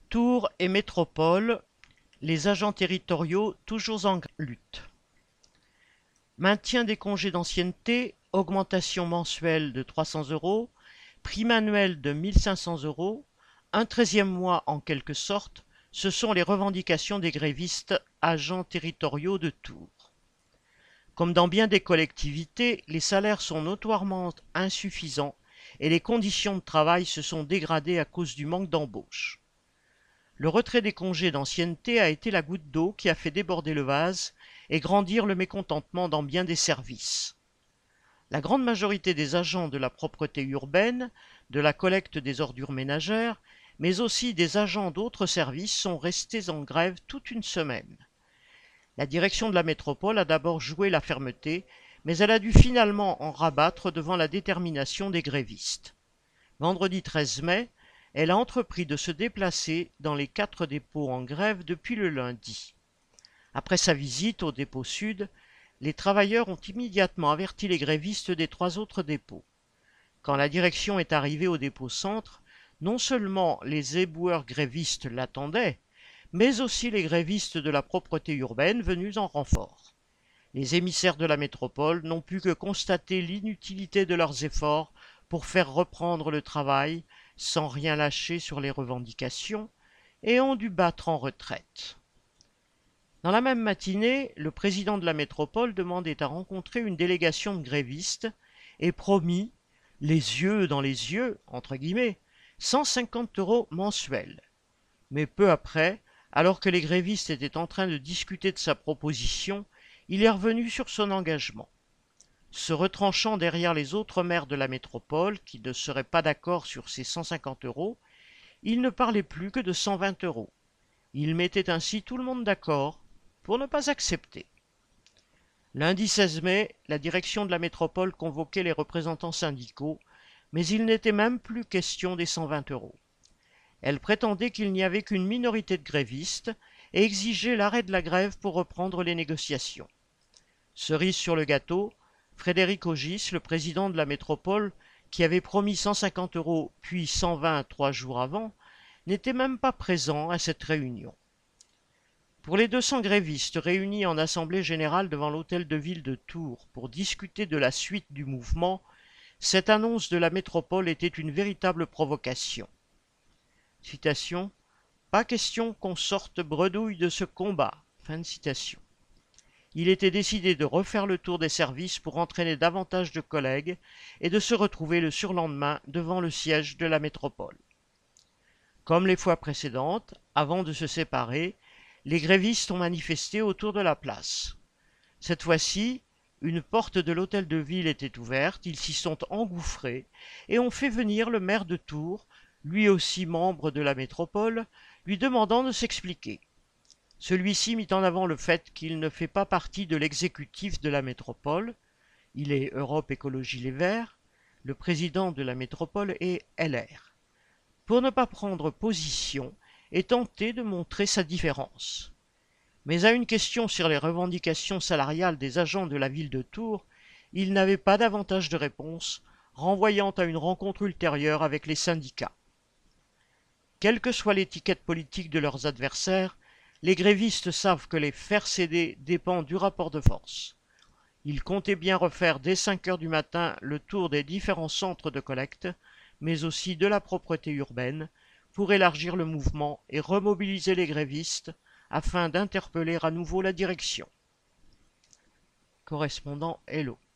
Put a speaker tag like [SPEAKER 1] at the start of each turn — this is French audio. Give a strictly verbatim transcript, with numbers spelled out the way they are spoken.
[SPEAKER 1] Tours et métropole, les agents territoriaux toujours en lutte. Maintien des congés d'ancienneté, augmentation mensuelle de trois cents euros, prime annuelle de mille cinq cents euros, un treizième mois en quelque sorte, ce sont les revendications des grévistes agents territoriaux de Tours. Comme dans bien des collectivités, les salaires sont notoirement insuffisants et les conditions de travail se sont dégradées à cause du manque d'embauche. Le retrait des congés d'ancienneté a été la goutte d'eau qui a fait déborder le vase et grandir le mécontentement dans bien des services. La grande majorité des agents de la propreté urbaine, de la collecte des ordures ménagères, mais aussi des agents d'autres services sont restés en grève toute une semaine. La direction de la métropole a d'abord joué la fermeté, mais elle a dû finalement en rabattre devant la détermination des grévistes. Vendredi treize mai, elle a entrepris de se déplacer dans les quatre dépôts en grève depuis le lundi. Après sa visite au dépôt sud, les travailleurs ont immédiatement averti les grévistes des trois autres dépôts. Quand la direction est arrivée au dépôt centre, non seulement les éboueurs grévistes l'attendaient, mais aussi les grévistes de la propreté urbaine venus en renfort. Les émissaires de la métropole n'ont pu que constater l'inutilité de leurs efforts pour faire reprendre le travail sans rien lâcher sur les revendications et ont dû battre en retraite. Dans la même matinée, le président de la métropole demandait à rencontrer une délégation de grévistes et promit, les yeux dans les yeux, entre guillemets, cent cinquante euros mensuels. Mais peu après, alors que les grévistes étaient en train de discuter de sa proposition, il est revenu sur son engagement. Se retranchant derrière les autres maires de la métropole qui ne seraient pas d'accord sur ces cent cinquante euros, il ne parlait plus que de cent vingt euros. Il mettait ainsi tout le monde d'accord pour ne pas accepter. Lundi seize mai, la direction de la métropole convoquait les représentants syndicaux, mais il n'était même plus question des cent vingt euros. Elle prétendait qu'il n'y avait qu'une minorité de grévistes et exigeait l'arrêt de la grève pour reprendre les négociations. Cerise sur le gâteau, Frédéric Ogis, le président de la métropole, qui avait promis cent cinquante euros puis cent vingt trois jours avant, n'était même pas présent à cette réunion. Pour les deux cents grévistes réunis en assemblée générale devant l'hôtel de ville de Tours pour discuter de la suite du mouvement, cette annonce de la métropole était une véritable provocation. Citation, « Pas question qu'on sorte bredouille de ce combat ». Fin de citation. Il était décidé de refaire le tour des services pour entraîner davantage de collègues et de se retrouver le surlendemain devant le siège de la métropole. Comme les fois précédentes, avant de se séparer, les grévistes ont manifesté autour de la place. Cette fois-ci, une porte de l'hôtel de ville était ouverte, ils s'y sont engouffrés et ont fait venir le maire de Tours, lui aussi membre de la métropole, lui demandant de s'expliquer. Celui-ci mit en avant le fait qu'il ne fait pas partie de l'exécutif de la métropole, il est Europe Écologie Les Verts, le président de la métropole est L R, pour ne pas prendre position et tenter de montrer sa différence. Mais à une question sur les revendications salariales des agents de la ville de Tours, il n'avait pas davantage de réponse, renvoyant à une rencontre ultérieure avec les syndicats. Quelle que soit l'étiquette politique de leurs adversaires, les grévistes savent que les faire céder dépend du rapport de force. Ils comptaient bien refaire dès cinq heures du matin le tour des différents centres de collecte, mais aussi de la propreté urbaine, pour élargir le mouvement et remobiliser les grévistes afin d'interpeller à nouveau la direction. Correspondant Hello.